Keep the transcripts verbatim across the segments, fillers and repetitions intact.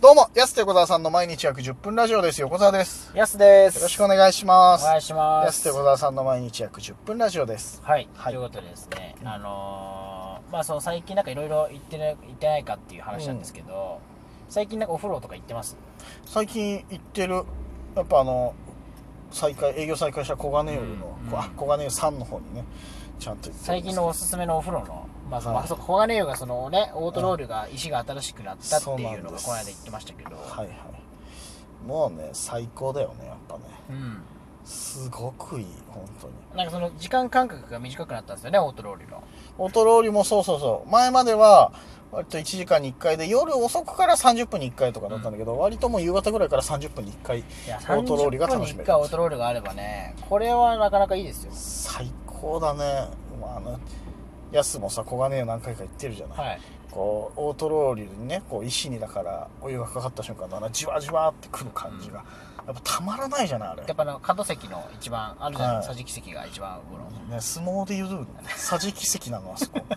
どうも、やすと横澤さんの毎日約じゅっぷんラジオです。横澤です。 やすです。 よろしくお願いします。 お願いします。 やすと横澤さんの毎日約じゅっぷんラジオです。 はい。はい、ということでですね、あのー、まあその最近なんかいろいろ行ってない、行ってないかっていう話なんですけど、うん、最近なんかお風呂とか行ってます？ 最近行ってる。やっぱあの、再開、営業再開した小金湯の、うんうん、あ、小金湯さんの方にね、ちゃんと行ってます。 最近のおすすめのお風呂の、まあその、はい、小金湯がそのね、オートロールが、石が新しくなったっていうのがこの間言ってましたけど、 はいはい。もうね、最高だよね、やっぱね。 うん。 すごくいい、本当に。 なんかその時間間隔が短くなったんですよね、オートロールの。 オートロールもそうそうそう。前までは、割といちじかんにいっかいで、夜遅くからさんじゅっぷんにいっかいとかだったんだけど、うん、割ともう夕方ぐらいからさんじゅっぷんにいっかい、オートロールが楽しめる。さんじゅっぷんにいっかいオートロールがあればね、これはなかなかいいですよ。 最高だね。まあ、あの、ヤスもさ、小金湯何回か行ってるじゃない。はい、こう、オートロールにね、こう、石にだからお湯がかかった瞬間のあの、じわじわってくる感じが、うん、やっぱたまらないじゃない、あれ。 やっぱあの、角席の一番、あるじゃないですか、桟敷席が一番上の。 ね、相撲で言う、桟敷席なの、あそこ。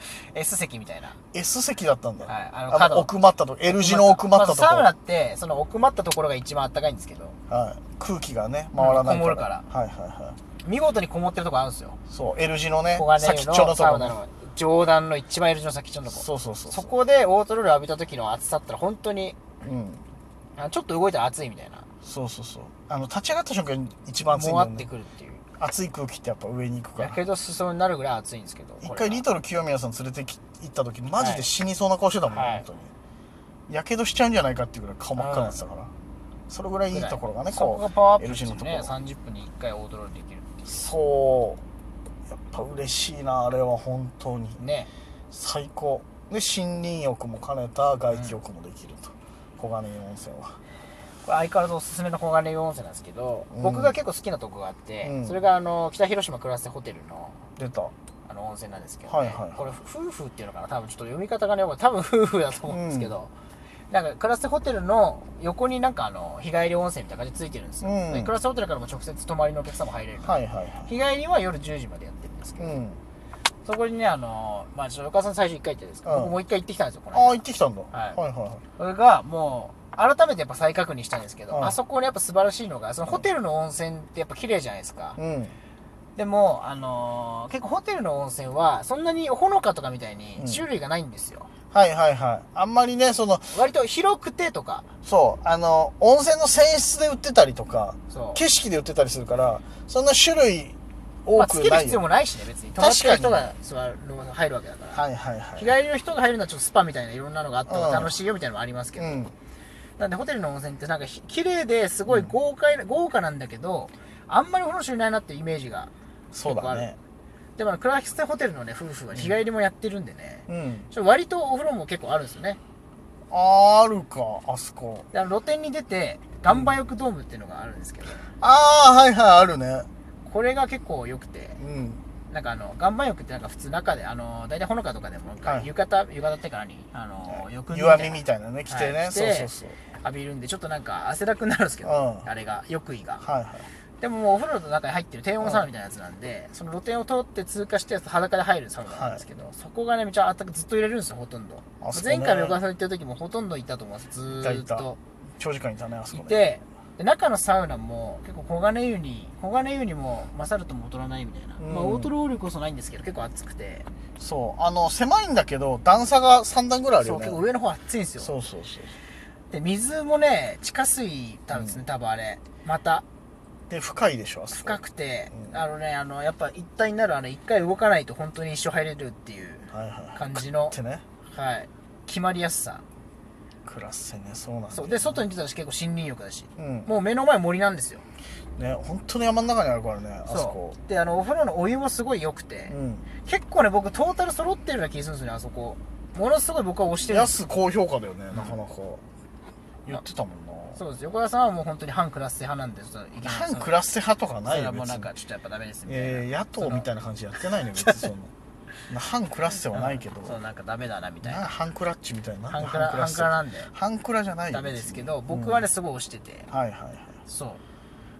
S 席みたいな。 S 席だったんだよ。 はい。 あの、角奥まったとこ、L 字の奥まったところ。 サウナって、その奥まったところが一番あったかいんですけど。 はい。空気がね、回らないから。 こもるから。 はいはいはい。 見事にこもってるとこあるんですよ。 そう、L 字のね、 先っちょのサウナの上段の一番 L 字の先っちょのとこ。 そうそうそう。 そこでオートロール浴びた時の暑さったら本当に、うん。あのちょっと動いたら暑いみたいな。 そうそうそう。あの、立ち上がった瞬間に一番暑いんだよね。 もわってくるっていう。 熱い空気ってやっぱ上に行くから。 やけどしそうになるぐらい暑いんですけど。 一回リトル清宮さん連れて行った時、マジで死にそうな顔してたもんね、はい、本当に。やけどしちゃうんじゃないかっていうぐらい顔真っ赤になってたから。それぐらいいいところがね、 こう。そこがパワーアップしてね、さんじゅっぷんにいっかいオートロールできるっていう。 そう。やっぱ嬉しいな、あれは本当に。ね。最高。で、森林浴も兼ねた外気浴もできると。うん、小金井温泉は。 これ相変わらずおすすめの小金井温泉なんですけど、うん、僕が結構好きなとこがあって、うん、それがあの北広島クラスホテルの出たあの温泉なんですけど、ね、 はいはいはい、 これ夫婦っていうのかな、多分ちょっと読み方がね、多分夫婦だと思うんですけど、うん、なんかクラスホテルの横になんかあの日帰り温泉みたいな感じでついてるんですよ、うん、クラスホテルからも直接泊まりのお客さんも入れる、はいはいはい、日帰りは夜じゅうじまでやってるんですけど、うん、そこにね、あのまあちょっとお母さん最初いっかい行ってですけど、うん、僕もういっかい行ってきたんですよ、この間。 ああ、行ってきたんだ、はい、はいはいはい。 それがもう改めてやっぱ再確認したんですけど、うん、あそこにやっぱ素晴らしいのが、そのホテルの温泉ってやっぱ綺麗じゃないですか。うん、でも、あのー、結構ホテルの温泉はそんなにほのかとかみたいに種類がないんですよ。 うん、はいはいはい。あんまりね、その、 割と広くてとか。 そう。あの、温泉の泉質で売ってたりとか、景色で売ってたりするから、そんな種類多くないよ。まあ、つける必要もないしね、別に。泊まってる人が入るわけだから。 はいはいはい。 日帰りの人が入るのはちょっとスパみたいないろんなのがあった方が楽しいよみたいなのもありますけど。うんうん、なんでホテルの温泉ってなんか綺麗ですごい豪華、うん、豪華なんだけど、あんまりお風呂種類ないなっていうイメージが結構ある。そうだね。でもクラステホテルのね、夫婦は日帰りもやってるんでね、うん、ちょ割とお風呂も結構あるんですよね。 あるか、あそこ。 で、あの露天に出て、岩盤浴ドームっていうのがあるんですけど。うん、 ああ、はいはい、あるね。 これが結構良くて、うん、なんかあの、岩盤浴ってなんか普通中で、あの、大体ほのかとかでも、はい、浴衣、浴衣ってか何あの、浴湯浴みみたいなね、着てね、はい、そうそうそう。 浴びるんで、ちょっとなんか汗だくになるんですけど、うん、あれが、浴衣が。はいはい。でももうお風呂の中に入ってる低温サウナみたいなやつなんで、うん、その露天を通って通過して裸で入るサウナなんですけど、はい、そこがね、めちゃあったかくずっと入れるんですよ、ほとんど。ね、前回の横川さん行ってる時もほとんどいたと思います、ずーっと。 長時間いたね、あそこで。いて、で中のサウナも結構小金湯に小金湯にも勝るとも劣らないみたいな、うん、まあオートロールこそないんですけど結構暑くて、 そうあの狭いんだけど段差がさん段ぐらいあるよね。 そう結構上の方暑いんですよ。 そうそうそう。 で水もね地下水なんですね、うん、多分あれまたで深いでしょ。 深くて、うん、あのねあのやっぱ一体になるあの一回動かないと本当に一生入れるっていう感じの、はいはい、ね、はい、決まりやすさ。 クラッセね、そうなんだ、ね、 そうで外に出たら結構森林浴だし、うん、もう目の前森なんですよね。本当に山の中にあるからね、あそこ。 であのお風呂のお湯もすごい良くて、うん、結構ね僕トータル揃ってるような気がするんですよね、あそこ。ものすごい僕は推してるんです。 安高評価だよね、なかなか言ってたもんな。 そうです。横田さんはもう本当に反クラッセ派なんで、 反クラッセ派とかないよ。 それはもうなんかちょっとやっぱダメですみたいな。 えー、野党みたいな感じやってないね別にその反クラッセはないけど、 そうなんかダメだなみたいな。 反クラッチみたいな。 反クラ反クラなんで。 反クラじゃないよ。 ダメですけど、僕はねすごい推してて。 はいはいはい。 そう。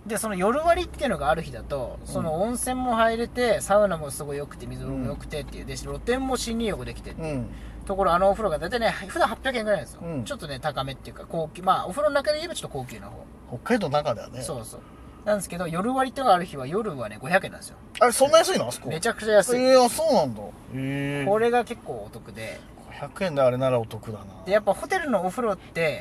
でその夜割っていうのがある日だと、その温泉も入れてサウナもすごい良くて水風呂も良くてっていうで露天も新入浴できてっていう、うん、ところあのお風呂が大体ね普段はっぴゃくえんぐらいなんですよ、うん、ちょっとね高めっていうか高級、まあお風呂の中で言えばちょっと高級な方、 北海道の中ではね。そうそうなんですけど、夜割ってのがある日は夜はねごひゃくえんなんですよ。 あれそんな安いの？あそこめちゃくちゃ安い。 えー、そうなんだ。へえ。 これが結構お得でごひゃくえんであれならお得だな。 でやっぱホテルのお風呂って、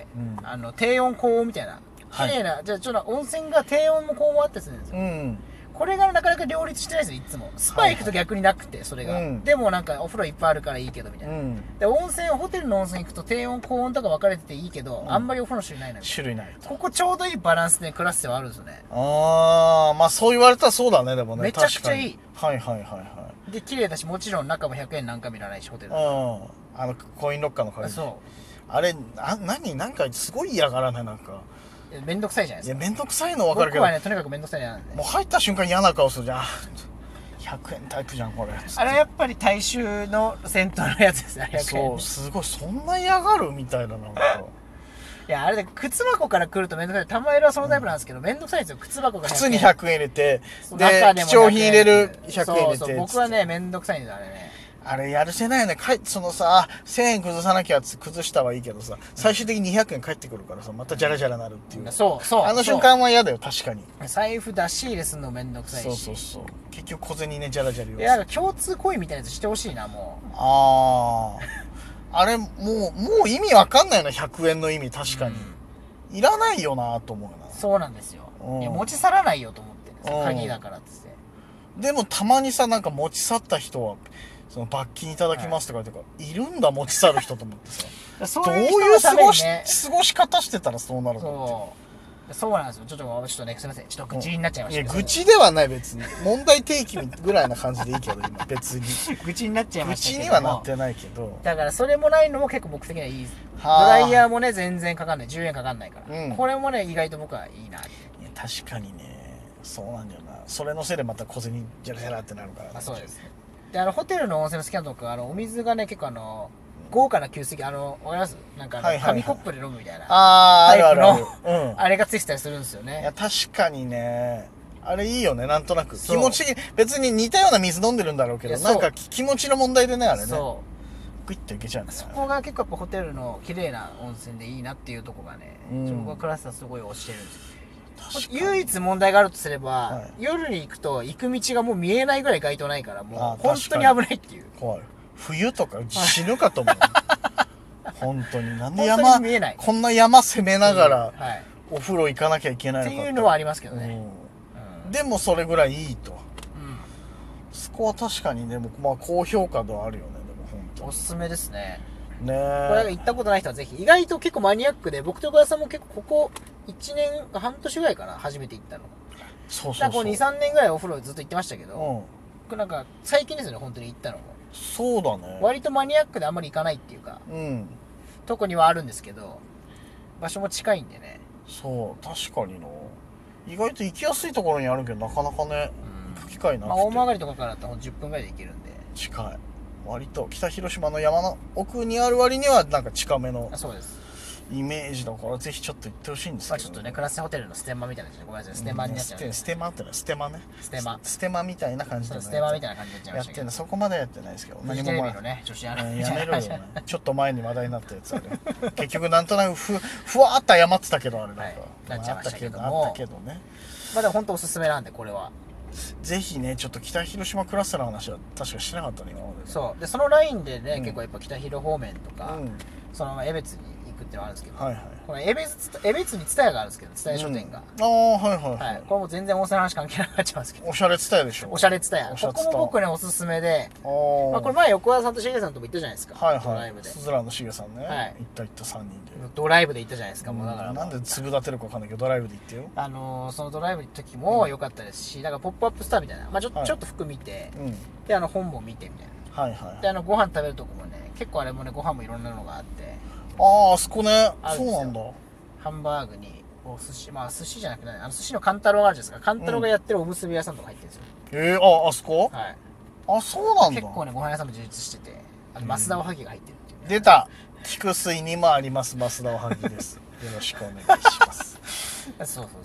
うん、あの低温高温みたいな綺麗な、はい、じゃあちょっと温泉が低温も高温もあってするんですよ、うん、これがなかなか両立してないですよいつも。スパ行くと逆になくてそれが、はいはい、でもなんかお風呂いっぱいあるからいいけどみたいな、うん、で温泉ホテルの温泉行くと低温高温とか分かれてていいけど、うん、あんまりお風呂の種類ないの種類ないここちょうどいいバランスでクラスではあるんですよね。 ああまあそう言われたらそうだね。でもねめちゃくちゃいい。 はいはいはいはい。 で綺麗だしもちろん中もひゃくえんなんか見らないしホテル、うん、 あのコインロッカーの代わりにそうあれあ何なんかすごい嫌がらねなんかめんどくさいじゃないですか。 いやめんどくさいの分かるけど僕はねとにかくめんどくさいなんでもう入った瞬間嫌な顔するじゃん。ひゃくえんタイプじゃんこれ。 あれやっぱり大衆の銭湯のやつですね。ひゃくえんそうすごいそんな嫌がるみたいななんかいやあれで靴箱から来るとめんどくさい。たまにはそのタイプなんですけど、うん、めんどくさいんですよ。靴箱がひゃくえん靴にひゃくえん入れてで貴重品入れるひゃくえん入れてそうそう僕はねめんどくさいんですあれね。 あれやるせないよね。かいそのさせんえん崩さなきゃ崩したはいいけどさ最終的ににひゃくえん返ってくるからさまたジャラジャラなるっていう、うん、 そうそうあの瞬間は嫌だよ確かに。 財布出し入れするのめんどくさいしそうそうそう結局小銭ねジャラジャラ言う。いや共通行為みたいなやつしてほしいなもう。 あああれもうもう意味わかんないなひゃくえんの意味確かに、うん、いらないよなと思うな。 そうなんですよ、うん、いや持ち去らないよと思って、鍵だからっつって。 でもたまにさなんか持ち去った人はその罰金いただきますとか言ってから、はい、いるんだ持ち去る人と思ってさそういう、ね、どういう過ごし過ごし方してたらそうなるのってそうなんですよ。ちょっとちょっとねすいませんちょっと愚痴になっちゃいましたけど、 いや愚痴ではない別に問題提起ぐらいな感じでいいけど今別に愚痴になっちゃいましたけど愚痴にはなってないけどだからそれもないのも結構僕的にはいい。ドライヤーもね全然かかんないじゅうえんかかんないから、うん、これもね意外と僕はいいなって。いや確かにねそうなんだよな。それのせいでまた小銭ジャラジャラってなるからね。 あそうですね。であのホテルの温泉の好きなとこあのお水がね結構あの豪華な給水器あのわかりますなんかあの、はいはいはい、紙コップで飲むみたいなあータイプのあるあるある、うん、あれがついてたりするんですよね。 いや確かにねあれいいよねなんとなく気持ち別に似たような水飲んでるんだろうけどなんか気持ちの問題でねあれねそうグイッといけちゃうんだよね。 そこが結構やっぱホテルの綺麗な温泉でいいなっていうとこがね、うん、僕はクラスターすごい推してるんですよ。唯一問題があるとすれば、はい、夜に行くと行く道がもう見えないぐらい街灯ないからもう本当に危ないっていう。 怖い冬とか死ぬかと思う本当になんで山見えないこんな山攻めながら、はい、お風呂行かなきゃいけないのかっていうのはありますけどね、 うん、でもそれぐらいいいと、うん、そこは確かにねまあ高評価ではあるよね。でも本当おすすめですね。 ねこれ行ったことない人はぜひ。意外と結構マニアックで僕と岡田さんも結構ここいちねん半年ぐらいかな初めて行ったの。 そうそうそうにさんねんぐらいお風呂ずっと行ってましたけど、うん、なんか最近ですよね本当に行ったのも。 そうだね割とマニアックであんまり行かないっていうか、うん、とこにはあるんですけど場所も近いんでね。 そう確かにな意外と行きやすいところにあるけどなかなかね、うん、行く機会なくて、まあ、 大曲とかからだったらじゅっぷんぐらいで行けるんで近い。割と北広島の山の奥にある割にはなんか近めのそうですイメージだからぜひちょっと行ってほしいんですけど、ね、 まあ、ちょっとねクラスホテルのステマみたいなごめんなさいステマになっちゃう、ね、 ステマってのはステマねステマステマみたいな感じでステマみたいな感じでやっちゃいましたけどやってんそこまでやってないですけど何もテレビのね女子アナ、 うん、やめろよねちょっと前に話題になったやつあれ結局なんとなくふふわーっと謝ってたけどあれなんか、はい、 なっちゃいましたけどもあったけどね。 まあでも本当おすすめなんでこれはぜひねちょっと北広島クラスターの話は確かしてなかったね今まで。 そうでそのラインでね、うん、結構やっぱ北広方面とか、 うん、 その江別に行くってのはあるんですけど、 はいはい、 この江別江別に蔦屋があるんですけど蔦屋書店が、 うん、ああはいはい、 はい、これも全然温泉の話関係なくなっちゃいますけどおしゃれ蔦屋でしょ。 おしゃれ蔦屋ここも僕ねおすすめで、まあ、これ前横田さんとしげさんとも行ったじゃないですか。 はいはいドライブでスズランのしげさんね、 はい、 行った行ったさんにんでドライブで行ったじゃないですか、うん、もうだからなんで粒立てるか分かんないけどドライブで行ってよ。 あのー、そのドライブの時も良かったですし、うん、なんかポップアップスターみたいな、まあ、ちょ、はい、ちょっと服見て、うん、であの本も見てみたいな、 はいはい、 であのご飯食べるとこもね結構あれもねご飯もいろんなのがあって、 あああそこねそうなんだ。 ハンバーグにお寿司まあ寿司じゃなくて、ね、あの寿司のカンタロウがあるじゃないですか。カンタロウがやってるおむすび屋さんとか入ってるんですよ、 うん、えー、ああそこはいあそうなんだ。 結構ねご飯屋さんも充実しててあの増田おはぎが入ってるっていう、ね、 出た菊水にもあります増田おはぎですよろしくお願いしますそうそうそう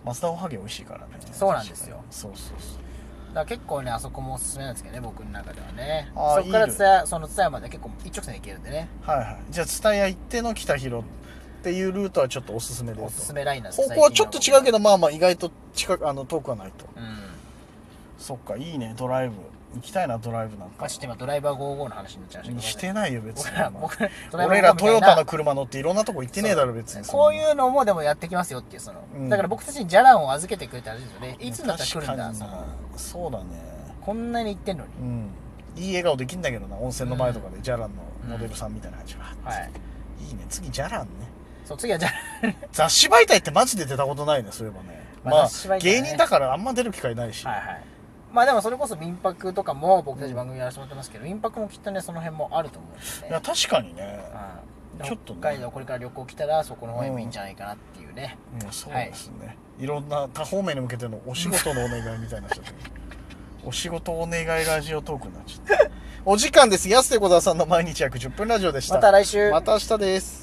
松田おはぎ美味しいからね。 そうなんですよ。 そうそうそう。 だから結構ねあそこもおすすめなんですけどね、僕の中ではね。 あそこからツタそのツタヤまで結構一直線で行けるんでね。 はいはい。じゃあツタヤ行っての北広っていうルートはちょっとおすすめで。 おすすめラインなんです。 方向はちょっと違うけど、まあまあ意外と近くあの遠くはないと。 うん。 そっか、いいね。ドライブ行きたいな、ドライブなんか。 まあ、して今ドライバーごじゅうごの話になっちゃいましたけど、ね、 してないよ別に。 僕ら俺らトヨタの車乗っていろんなとこ行ってねえだろ別に。 こういうのもでもやってきますよっていうその、うん、だから僕たちにジャランを預けてくれたらいいですよね。いつになったら来るんだその。 そうだね。 こんなに言ってんのに、 うん、いい笑顔できんだけどな、温泉の前とかでジャランのモデルさんみたいな感じが、 うん、はい、 いいね。次ジャランね。 そう次はジャラン雑誌媒体ってマジで出たことないね、そういえばね。まあ、まあね、芸人だからあんま出る機会ないし、 はいはい、まあでもそれこそ民泊とかも僕たち番組やらせてもらってますけど、民泊もきっとねその辺もあると思うんですね。 いや確かにね、 うん、ちょっと、ね、北海道これから旅行来たらそこの方もいいんじゃないかなっていうね、 うん、そうですね、はい、いろんな多方面に向けてのお仕事のお願いみたいな人お仕事お願いラジオトークになっちゃったお時間です。安手小沢さんの毎日約じゅっぷんラジオでした。 また来週。 また明日です。